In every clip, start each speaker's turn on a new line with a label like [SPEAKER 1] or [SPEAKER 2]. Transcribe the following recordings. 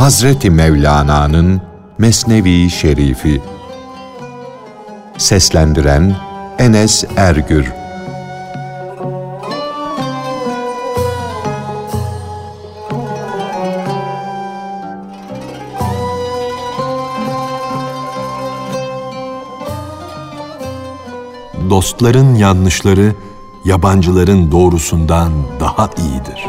[SPEAKER 1] Hazreti Mevlana'nın Mesnevi Şerifi. Seslendiren Enes Ergür.
[SPEAKER 2] Dostların yanlışları yabancıların doğrusundan daha iyidir.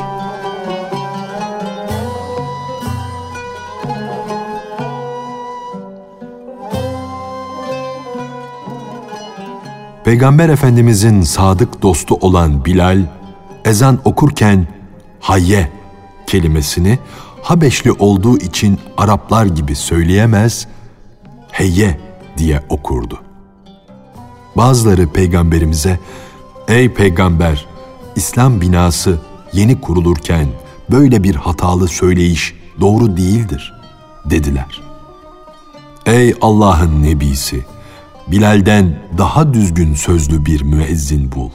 [SPEAKER 2] Peygamber Efendimizin sadık dostu olan Bilal, ezan okurken hayye kelimesini Habeşli olduğu için Araplar gibi söyleyemez, heyye diye okurdu. Bazıları Peygamberimize, "Ey Peygamber, İslam binası yeni kurulurken böyle bir hatalı söyleyiş doğru değildir," dediler. "Ey Allah'ın nebisi, Bilal'den daha düzgün sözlü bir müezzin bul.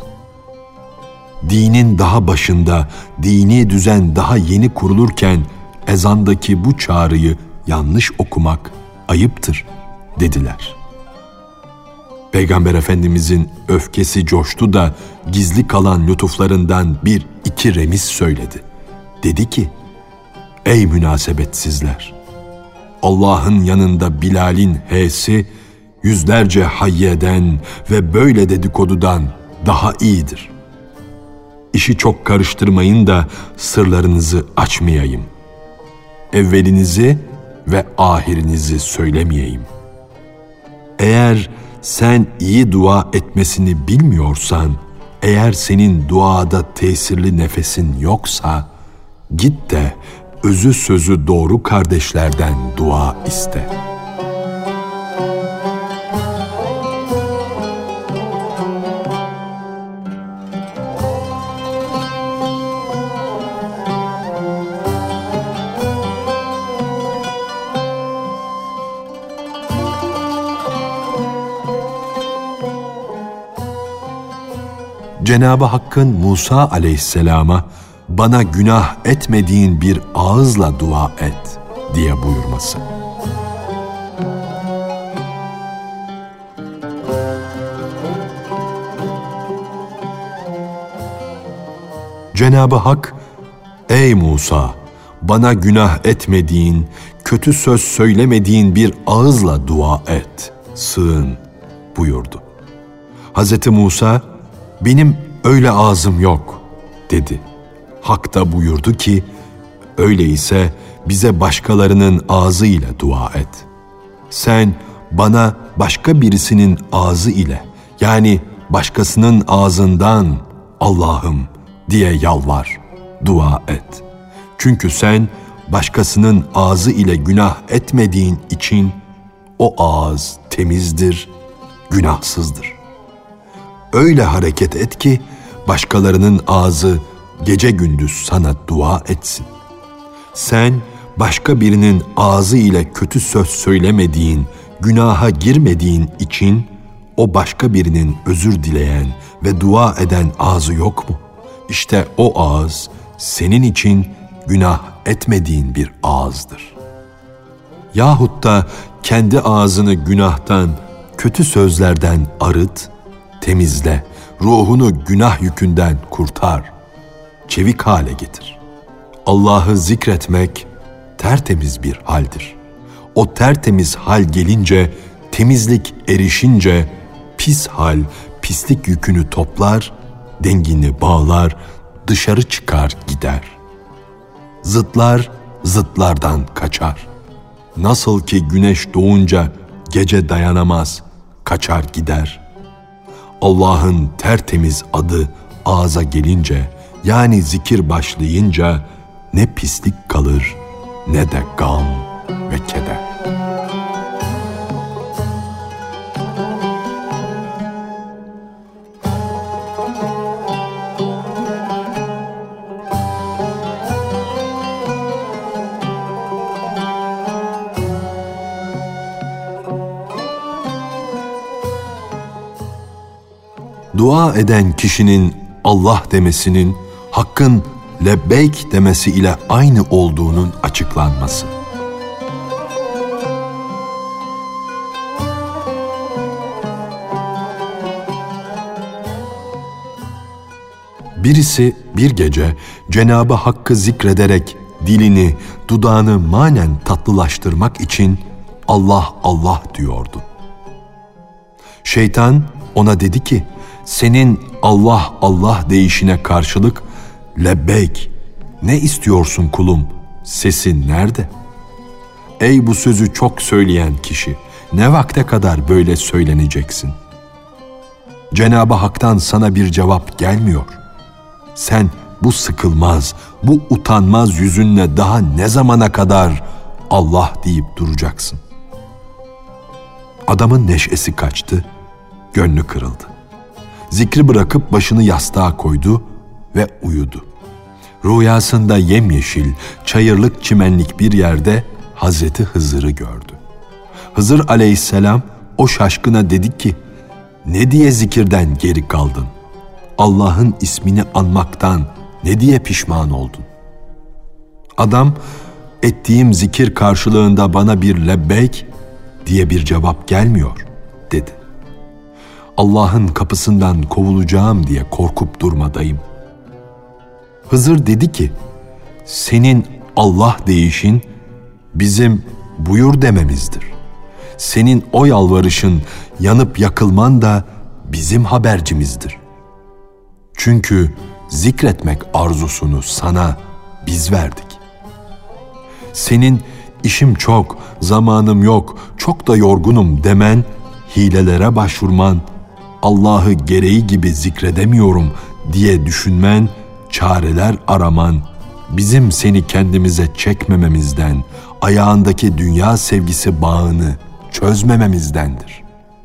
[SPEAKER 2] Dinin daha başında, dini düzen daha yeni kurulurken ezandaki bu çağrıyı yanlış okumak ayıptır," dediler. Peygamber Efendimizin öfkesi coştu da gizli kalan lütuflarından bir iki remiz söyledi. Dedi ki, "Ey münasebetsizler! Allah'ın yanında Bilal'in h'si yüzlerce hayyeden ve böyle dedikodudan daha iyidir. İşi çok karıştırmayın da sırlarınızı açmayayım. Evvelinizi ve ahirinizi söylemeyeyim. Eğer sen iyi dua etmesini bilmiyorsan, eğer senin duada tesirli nefesin yoksa, git de özü sözü doğru kardeşlerden dua iste." Cenab-ı Hakk'ın Musa aleyhisselama "Bana günah etmediğin bir ağızla dua et" diye buyurması. Cenab-ı Hak, "Ey Musa, bana günah etmediğin, kötü söz söylemediğin bir ağızla dua et, sığın" buyurdu. Hz. Musa, "Benim öyle ağzım yok," dedi. Hak da buyurdu ki, "Öyleyse bize başkalarının ağzıyla dua et. Sen bana başka birisinin ağzı ile, yani başkasının ağzından 'Allah'ım' diye yalvar, dua et. Çünkü sen başkasının ağzı ile günah etmediğin için o ağız temizdir, günahsızdır. Öyle hareket et ki başkalarının ağzı gece gündüz sana dua etsin. Sen başka birinin ağzı ile kötü söz söylemediğin, günaha girmediğin için o başka birinin özür dileyen ve dua eden ağzı yok mu? İşte o ağız senin için günah etmediğin bir ağızdır. Yahut da kendi ağzını günahtan, kötü sözlerden arıt, temizle, ruhunu günah yükünden kurtar, çevik hale getir. Allah'ı zikretmek tertemiz bir haldir. O tertemiz hal gelince, temizlik erişince, pis hal pislik yükünü toplar, dengini bağlar, dışarı çıkar gider. Zıtlar zıtlardan kaçar. Nasıl ki güneş doğunca gece dayanamaz, kaçar gider. Allah'ın tertemiz adı ağza gelince, yani zikir başlayınca ne pislik kalır ne de gam ve keder. Dua eden kişinin Allah demesinin Hakk'ın lebbeyk demesi ile aynı olduğunun açıklanması. Birisi bir gece Cenab-ı Hakk'ı zikrederek dilini, dudağını manen tatlılaştırmak için Allah Allah diyordu. Şeytan ona dedi ki, senin Allah Allah deyişine karşılık lebbeyk, ne istiyorsun kulum, sesin nerede? Ey bu sözü çok söyleyen kişi, ne vakte kadar böyle söyleneceksin? Cenab-ı Hak'tan sana bir cevap gelmiyor. Sen bu sıkılmaz, bu utanmaz yüzünle daha ne zamana kadar Allah deyip duracaksın? Adamın neşesi kaçtı, gönlü kırıldı. Zikri bırakıp başını yastığa koydu ve uyudu. Rüyasında yemyeşil, çayırlık çimenlik bir yerde Hazreti Hızır'ı gördü. Hızır aleyhisselam o şaşkına dedi ki, ne diye zikirden geri kaldın? Allah'ın ismini anmaktan ne diye pişman oldun? Adam, ettiğim zikir karşılığında bana bir lebbeyk diye bir cevap gelmiyor dedi. Allah'ın kapısından kovulacağım diye korkup durmadayım. Hızır dedi ki, senin Allah deyişin bizim buyur dememizdir. Senin o yalvarışın, yanıp yakılman da bizim habercimizdir. Çünkü zikretmek arzusunu sana biz verdik. Senin işim çok, zamanım yok, çok da yorgunum demen, hilelere başvurman, Allah'ı gereği gibi zikredemiyorum diye düşünmen, çareler araman, bizim seni kendimize çekmememizden, ayağındaki dünya sevgisi bağını çözmememizdendir.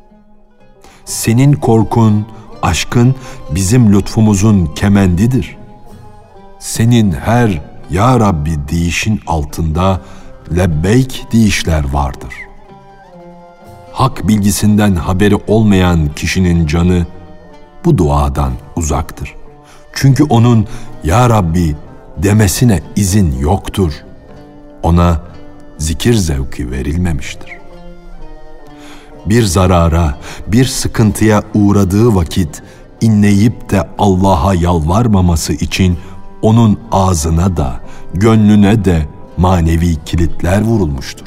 [SPEAKER 2] Senin korkun, aşkın bizim lütfumuzun kemendidir. Senin her Ya Rabbi deyişin altında lebbeyk deyişler vardır. Hak bilgisinden haberi olmayan kişinin canı bu duadan uzaktır. Çünkü onun Ya Rabbi demesine izin yoktur. Ona zikir zevki verilmemiştir. Bir zarara, bir sıkıntıya uğradığı vakit inleyip de Allah'a yalvarmaması için onun ağzına da, gönlüne de manevi kilitler vurulmuştur.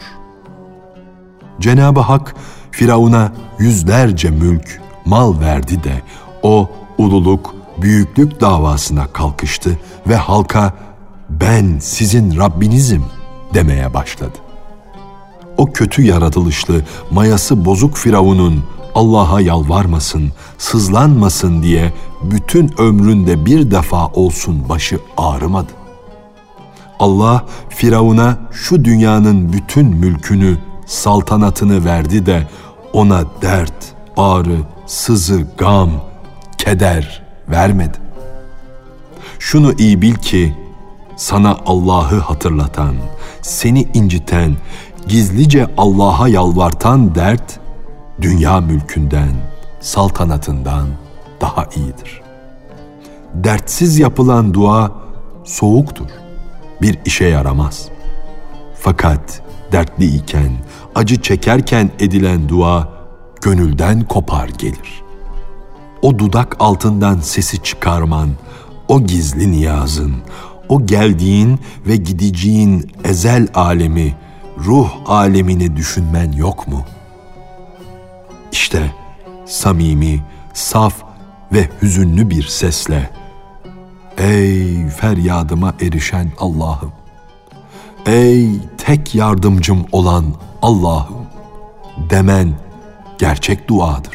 [SPEAKER 2] Cenab-ı Hak Firavun'a yüzlerce mülk, mal verdi de o ululuk, büyüklük davasına kalkıştı ve halka ben sizin Rabbinizim demeye başladı. O kötü yaratılışlı, mayası bozuk Firavun'un Allah'a yalvarmasın, sızlanmasın diye bütün ömründe bir defa olsun başı ağrımadı. Allah Firavun'a şu dünyanın bütün mülkünü, saltanatını verdi de ona dert, ağrı, sızı, gam, keder vermedi. Şunu iyi bil ki sana Allah'ı hatırlatan, seni inciten, gizlice Allah'a yalvartan dert, dünya mülkünden, saltanatından daha iyidir. Dertsiz yapılan dua soğuktur, bir işe yaramaz. Fakat dertli iken, acı çekerken edilen dua gönülden kopar gelir. O dudak altından sesi çıkarman, o gizli niyazın, o geldiğin ve gideceğin ezel alemi, ruh alemini düşünmen yok mu? İşte samimi, saf ve hüzünlü bir sesle, ey feryadıma erişen Allah'ım, ey tek yardımcım olan Allah'ım demen gerçek duadır.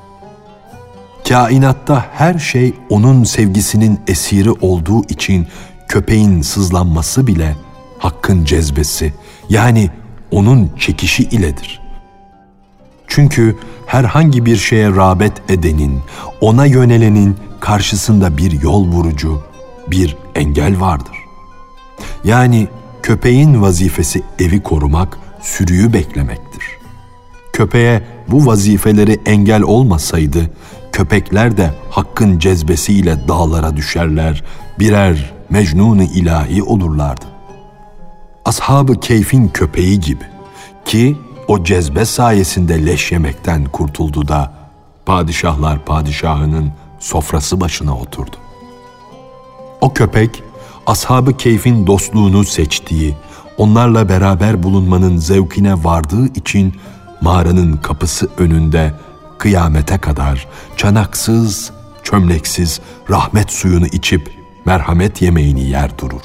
[SPEAKER 2] Kainatta her şey onun sevgisinin esiri olduğu için köpeğin sızlanması bile Hakk'ın cezbesi, yani onun çekişi iledir. Çünkü herhangi bir şeye rağbet edenin, ona yönelenin karşısında bir yol vurucu, bir engel vardır. Yani köpeğin vazifesi evi korumak, sürüyü beklemektir. Köpeğe bu vazifeleri engel olmasaydı, köpekler de Hakk'ın cezbesiyle dağlara düşerler, birer mecnun-u ilahi olurlardı. Ashab-ı Keyf'in köpeği gibi ki o cezbe sayesinde leş yemekten kurtuldu da padişahlar padişahının sofrası başına oturdu. O köpek, Ashab-ı Keyf'in dostluğunu seçtiği, onlarla beraber bulunmanın zevkine vardığı için mağaranın kapısı önünde kıyamete kadar çanaksız, çömleksiz rahmet suyunu içip merhamet yemeğini yer durur.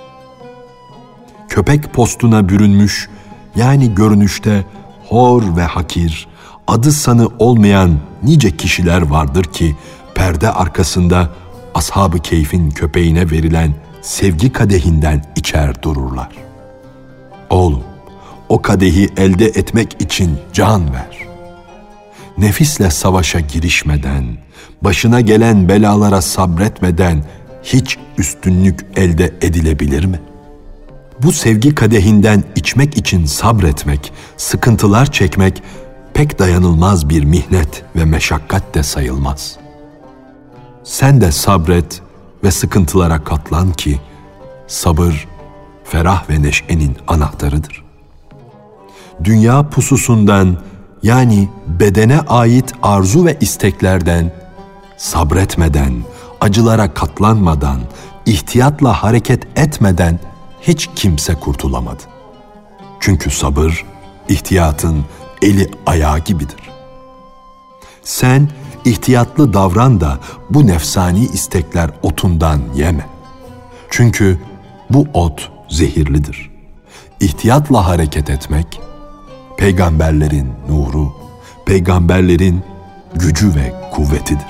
[SPEAKER 2] Köpek postuna bürünmüş, yani görünüşte hor ve hakir, adı sanı olmayan nice kişiler vardır ki perde arkasında Ashab-ı Keyf'in köpeğine verilen sevgi kadehinden içer dururlar. Oğlum, o kadehi elde etmek için can ver. Nefisle savaşa girişmeden, başına gelen belalara sabretmeden hiç üstünlük elde edilebilir mi? Bu sevgi kadehinden içmek için sabretmek, sıkıntılar çekmek pek dayanılmaz bir mihnet ve meşakkat de sayılmaz. Sen de sabret ve sıkıntılara katlan ki sabır, ferah ve neşenin anahtarıdır. Dünya pususundan, yani bedene ait arzu ve isteklerden, sabretmeden, acılara katlanmadan, ihtiyatla hareket etmeden hiç kimse kurtulamadı. Çünkü sabır, ihtiyatın eli ayağı gibidir. Sen ihtiyatlı davran da bu nefsani istekler otundan yeme. Çünkü bu ot zehirlidir. İhtiyatla hareket etmek, peygamberlerin nuru, peygamberlerin gücü ve kuvvetidir.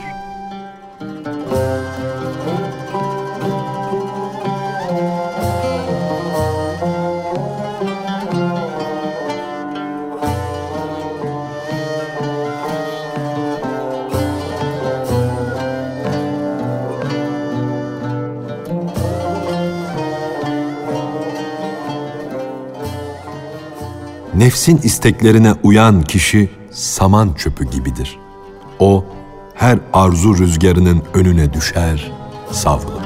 [SPEAKER 2] Nefsin isteklerine uyan kişi saman çöpü gibidir. O her arzu rüzgarının önüne düşer, savrulur.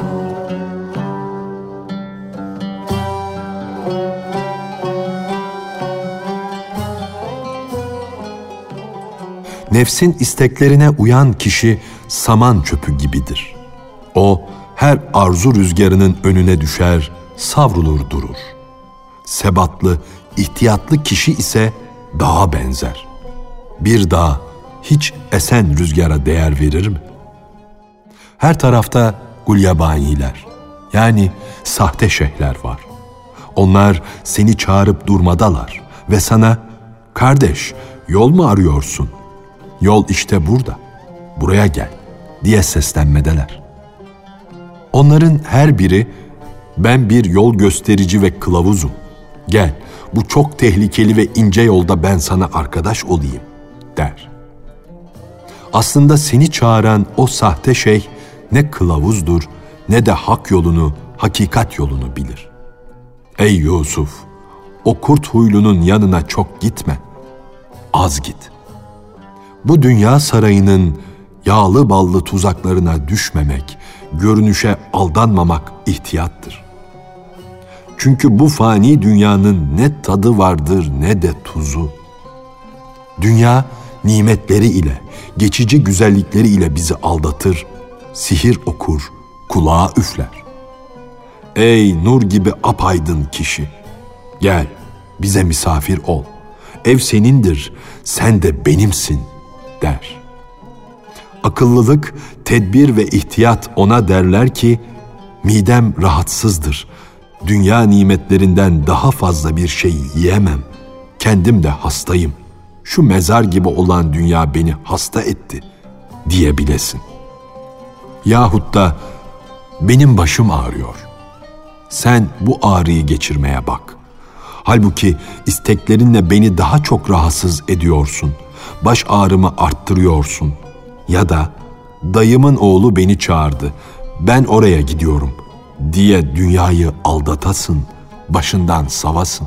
[SPEAKER 2] Nefsin isteklerine uyan kişi saman çöpü gibidir. O her arzu rüzgarının önüne düşer, savrulur durur. Sebatlı, ihtiyatlı kişi ise dağa benzer. Bir dağ hiç esen rüzgara değer verir mi? Her tarafta gulyabaniler, yani sahte şeyhler var. Onlar seni çağırıp durmadalar ve sana, "Kardeş, yol mu arıyorsun? Yol işte burada, buraya gel," diye seslenmedeler. Onların her biri, "Ben bir yol gösterici ve kılavuzum. Gel, bu çok tehlikeli ve ince yolda ben sana arkadaş olayım," der. Aslında seni çağıran o sahte şeyh ne kılavuzdur ne de hak yolunu, hakikat yolunu bilir. Ey Yusuf, o kurt huylunun yanına çok gitme, az git. Bu dünya sarayının yağlı ballı tuzaklarına düşmemek, görünüşe aldanmamak ihtiyattır. Çünkü bu fani dünyanın ne tadı vardır ne de tuzu. Dünya nimetleri ile, geçici güzellikleri ile bizi aldatır, sihir okur, kulağa üfler. Ey nur gibi apaydın kişi, gel bize misafir ol. Ev senindir, sen de benimsin, der. Akıllılık, tedbir ve ihtiyat ona derler ki, midem rahatsızdır. Dünya nimetlerinden daha fazla bir şey yiyemem. Kendim de hastayım. Şu mezar gibi olan dünya beni hasta etti diyebilesin. Yahut da benim başım ağrıyor. Sen bu ağrıyı geçirmeye bak. Halbuki isteklerinle beni daha çok rahatsız ediyorsun. Baş ağrımı arttırıyorsun. Ya da dayımın oğlu beni çağırdı. Ben oraya gidiyorum diye dünyayı aldatasın, başından savasın.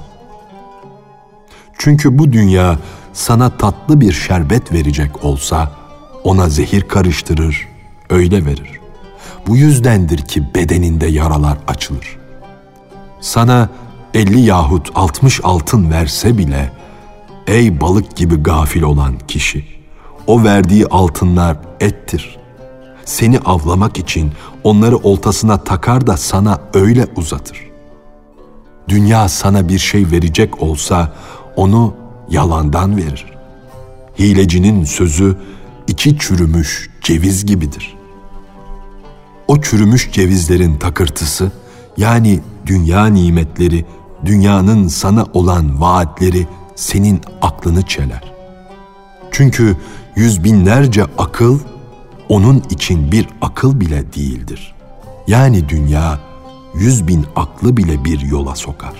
[SPEAKER 2] Çünkü bu dünya sana tatlı bir şerbet verecek olsa ona zehir karıştırır, öyle verir. Bu yüzdendir ki bedeninde yaralar açılır. Sana 50 yahut 60 altın verse bile, ey balık gibi gafil olan kişi, o verdiği altınlar ettir. seni avlamak için onları oltasına takar da sana öyle uzatır. Dünya sana bir şey verecek olsa onu yalandan verir. Hilecinin sözü içi çürümüş ceviz gibidir. O çürümüş cevizlerin takırtısı, yani dünya nimetleri, dünyanın sana olan vaatleri senin aklını çeler. Çünkü yüz binlerce akıl onun için bir akıl bile değildir. Yani dünya 100.000 aklı bile bir yola sokar.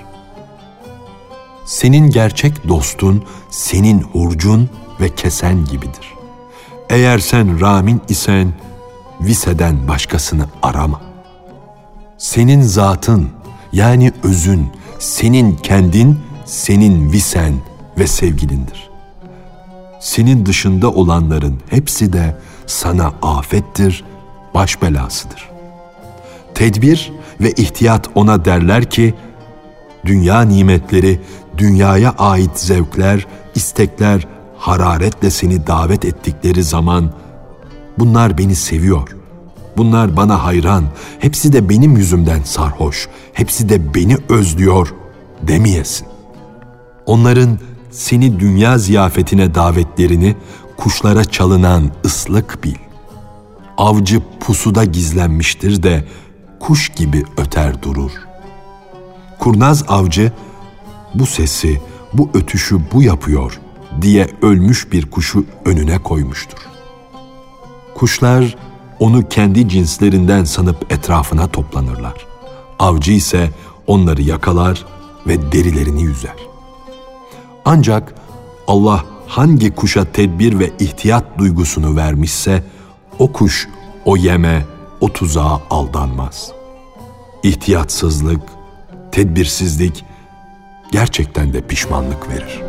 [SPEAKER 2] Senin gerçek dostun senin hurcun ve kesen gibidir. Eğer sen ramin isen viseden başkasını arama. Senin zatın, yani özün, senin kendin, senin visen ve sevgilindir. Senin dışında olanların hepsi de sana afettir, baş belasıdır. Tedbir ve ihtiyat ona derler ki, dünya nimetleri, dünyaya ait zevkler, istekler hararetle seni davet ettikleri zaman, bunlar beni seviyor, bunlar bana hayran, hepsi de benim yüzümden sarhoş, hepsi de beni özlüyor demeyesin. Onların seni dünya ziyafetine davetlerini kuşlara çalınan ıslık bil. Avcı pusuda gizlenmiştir de kuş gibi öter durur. Kurnaz avcı bu sesi, bu ötüşü bu yapıyor diye ölmüş bir kuşu önüne koymuştur. Kuşlar onu kendi cinslerinden sanıp etrafına toplanırlar. Avcı ise onları yakalar ve derilerini yüzer. Ancak Allah hangi kuşa tedbir ve ihtiyat duygusunu vermişse, o kuş o yeme, o tuzağa aldanmaz. İhtiyatsızlık, tedbirsizlik gerçekten de pişmanlık verir.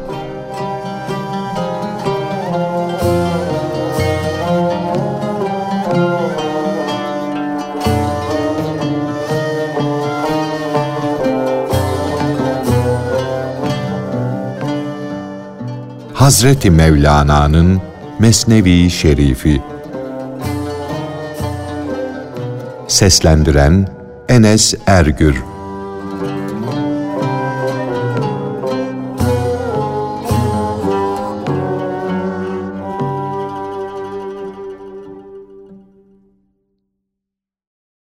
[SPEAKER 1] Hazreti Mevlana'nın Mesnevi Şerifi. Seslendiren Enes Ergür.